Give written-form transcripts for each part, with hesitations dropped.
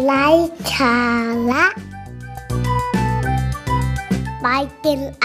ไร้สาระไปกินไอ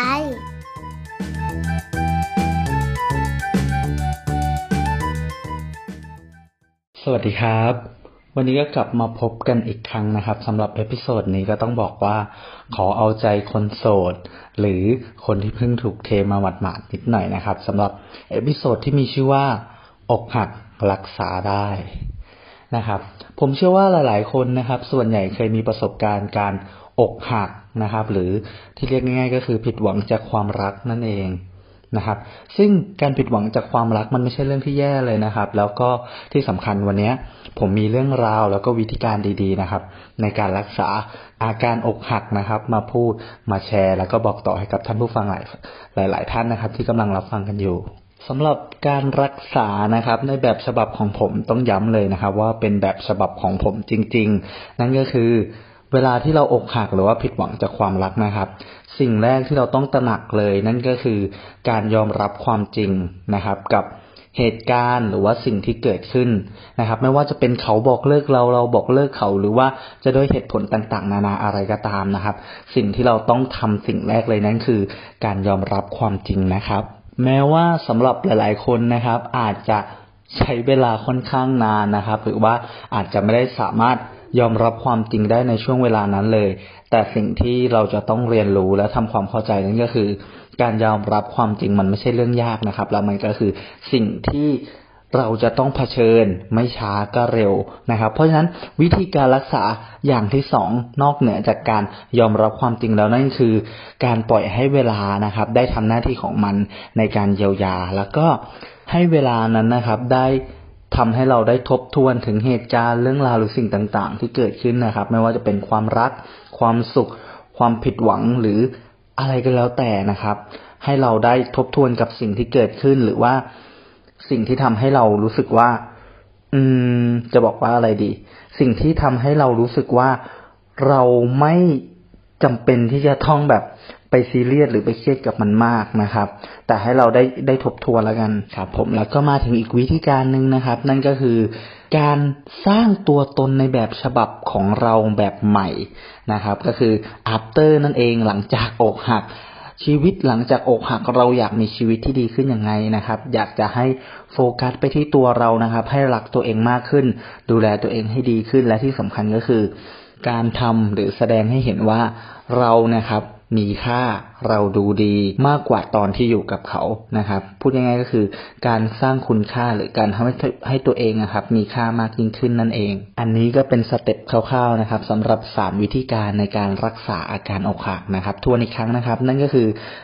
สวัสดีครับวันนี้ก็กลับมาพบกันอีกครั้งนะครับสำหรับเอพิโซดนี้ก็ต้องบอกว่าขอเอาใจคนโสดหรือคนที่เพิ่งถูกเทมาหมาดๆนิดหน่อยนะครับสำหรับเอพิโซดที่มีชื่อว่าอกหักรักษาได้นะครับผมเชื่อว่าหลายๆคนนะครับส่วนใหญ่เคยมีประสบการณ์การอกหักนะครับหรือที่เรียกง่ายๆก็คือผิดหวังจากความรักนั่นเองนะครับซึ่งการผิดหวังจากความรักมันไม่ใช่เรื่องที่แย่เลยนะครับแล้วก็ที่สำคัญวันนี้ผมมีเรื่องราวแล้วก็วิธีการดีๆนะครับในการรักษาอาการอกหักนะครับมาพูดมาแชร์แล้วก็บอกต่อให้กับท่านผู้ฟังหลายท่านนะครับที่กำลังรับฟังกันอยู่สำหรับการรักษานะครับในแบบฉบับของผมต้องย้ำเลยนะครับว่าเป็นแบบฉบับของผมจริงๆนั่นก็คือเวลาที่เราอกหักหรือว่าผิดหวังจากความรักนะครับสิ่งแรกที่เราต้องตระหนักเลยนั่นก็คือการยอมรับความจริงนะครับกับเหตุการณ์หรือว่าสิ่งที่เกิดขึ้นนะครับไม่ว่าจะเป็นเขาบอกเลิกเราบอกเลิกเขาหรือว่าจะด้วยเหตุผลต่างๆนานาอะไรก็ตามนะครับสิ่งที่เราต้องทำสิ่งแรกเลยนั่นคือการยอมรับความจริงนะครับแม้ว่าสำหรับหลายๆคนนะครับอาจจะใช้เวลาค่อนข้างนานนะครับหรือว่าอาจจะไม่ได้สามารถยอมรับความจริงได้ในช่วงเวลานั้นเลยแต่สิ่งที่เราจะต้องเรียนรู้และทำความเข้าใจนั่นก็คือการยอมรับความจริงมันไม่ใช่เรื่องยากนะครับแล้วมันก็คือสิ่งที่เราจะต้องเผชิญไม่ช้าก็เร็วนะครับเพราะฉะนั้นวิธีการรักษาอย่างที่สองนอกเหนือจากการยอมรับความจริงแล้วนั่นคือการปล่อยให้เวลานะครับได้ทำหน้าที่ของมันในการเยียวยาแล้วก็ให้เวลานั้นนะครับได้ทำให้เราได้ทบทวนถึงเหตุการณ์เรื่องราวหรือสิ่งต่างๆที่เกิดขึ้นนะครับไม่ว่าจะเป็นความรักความสุขความผิดหวังหรืออะไรก็แล้วแต่นะครับให้เราได้ทบทวนกับสิ่งที่เกิดขึ้นหรือว่าสิ่งที่ทำให้เรารู้สึกว่าจะบอกว่าอะไรดีสิ่งที่ทำให้เรารู้สึกว่าเราไม่จำเป็นที่จะต้องแบบไปซีเรียสหรือไปเครียดกับมันมากนะครับแต่ให้เราได้ทบทวนแล้วกันครับผมแล้วก็มาถึงอีกวิธีการนึงนะครับนั่นก็คือการสร้างตัวตนในแบบฉบับของเราแบบใหม่นะครับก็คือ after นั่นเองหลังจากอกหักชีวิตหลังจากอกหักเราอยากมีชีวิตที่ดีขึ้นยังไงนะครับอยากจะให้โฟกัสไปที่ตัวเรานะครับให้รักตัวเองมากขึ้นดูแลตัวเองให้ดีขึ้นและที่สำคัญก็คือการทำหรือแสดงให้เห็นว่าเรานะครับมีค่าเราดูดีมากกว่าตอนที่อยู่กับเขานะครับพูดง่ายๆก็คือการสร้างคุณค่าหรือการทำให้ตัวเองนะครับมีค่ามากยิ่งขึ้นนั่นเองอันนี้ก็เป็นสเต็ปคร่าวๆนะครับสำหรับ3วิธีการในการรักษาอาการอกหักนะครับทวนอีกครั้งนะครับนั่นก็คือ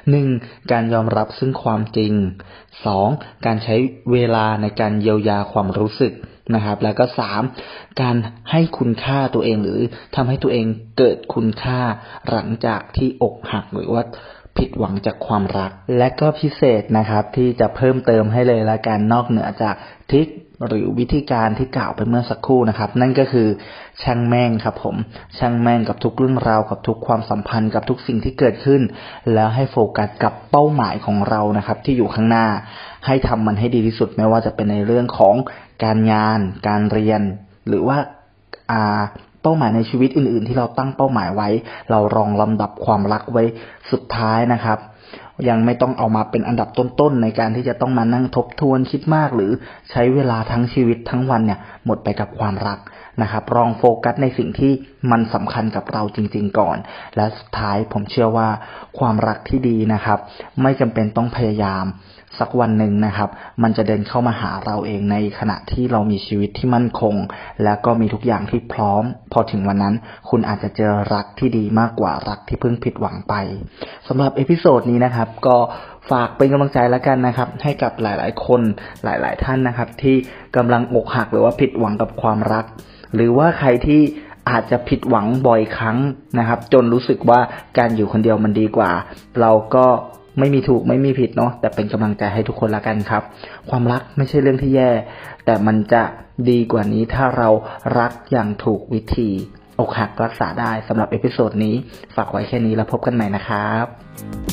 1. การยอมรับซึ่งความจริง 2. การใช้เวลาในการเยียวยาความรู้สึกนะครับแล้วก็ 3. การให้คุณค่าตัวเองหรือทำให้ตัวเองเกิดคุณค่าหลังจากที่อกหักหรือว่าผิดหวังจากความรักและก็พิเศษนะครับที่จะเพิ่มเติมให้เลยละกันนอกเหนือจากทริคหรือวิธีการที่กล่าวไปเมื่อสักครู่นะครับนั่นก็คือช่างแม่งครับผมช่างแม่งกับทุกเรื่องราวกับทุกความสัมพันธ์กับทุกสิ่งที่เกิดขึ้นแล้วให้โฟกัสกับเป้าหมายของเรานะครับที่อยู่ข้างหน้าให้ทำมันให้ดีที่สุดไม่ว่าจะเป็นในเรื่องของการงานการเรียนหรือว่าเป้าหมายในชีวิตอื่นๆที่เราตั้งเป้าหมายไว้เราลองลำดับความรักไว้สุดท้ายนะครับยังไม่ต้องเอามาเป็นอันดับต้นๆในการที่จะต้องมานั่งทบทวนคิดมากหรือใช้เวลาทั้งชีวิตทั้งวันเนี่ยหมดไปกับความรักนะครับลองโฟกัสในสิ่งที่มันสำคัญกับเราจริงๆก่อนและสุดท้ายผมเชื่อว่าความรักที่ดีนะครับไม่จำเป็นต้องพยายามสักวันหนึ่งนะครับมันจะเดินเข้ามาหาเราเองในขณะที่เรามีชีวิตที่มั่นคงแล้วก็มีทุกอย่างที่พร้อมพอถึงวันนั้นคุณอาจจะเจอรักที่ดีมากกว่ารักที่เพิ่งผิดหวังไปสำหรับเอพิโซดนี้นะครับก็ฝากเป็นกำลังใจแล้วกันนะครับให้กับหลายๆคนหลายๆท่านนะครับที่กำลังอกหักหรือว่าผิดหวังกับความรักหรือว่าใครที่อาจจะผิดหวังบ่อยครั้งนะครับจนรู้สึกว่าการอยู่คนเดียวมันดีกว่าเราก็ไม่มีถูกไม่มีผิดเนาะแต่เป็นกำลังใจให้ทุกคนละกันครับความรักไม่ใช่เรื่องที่แย่แต่มันจะดีกว่านี้ถ้าเรารักอย่างถูกวิธีอกหักรักษาได้สำหรับเอพิโซดนี้ฝากไว้แค่นี้แล้วพบกันใหม่นะครับ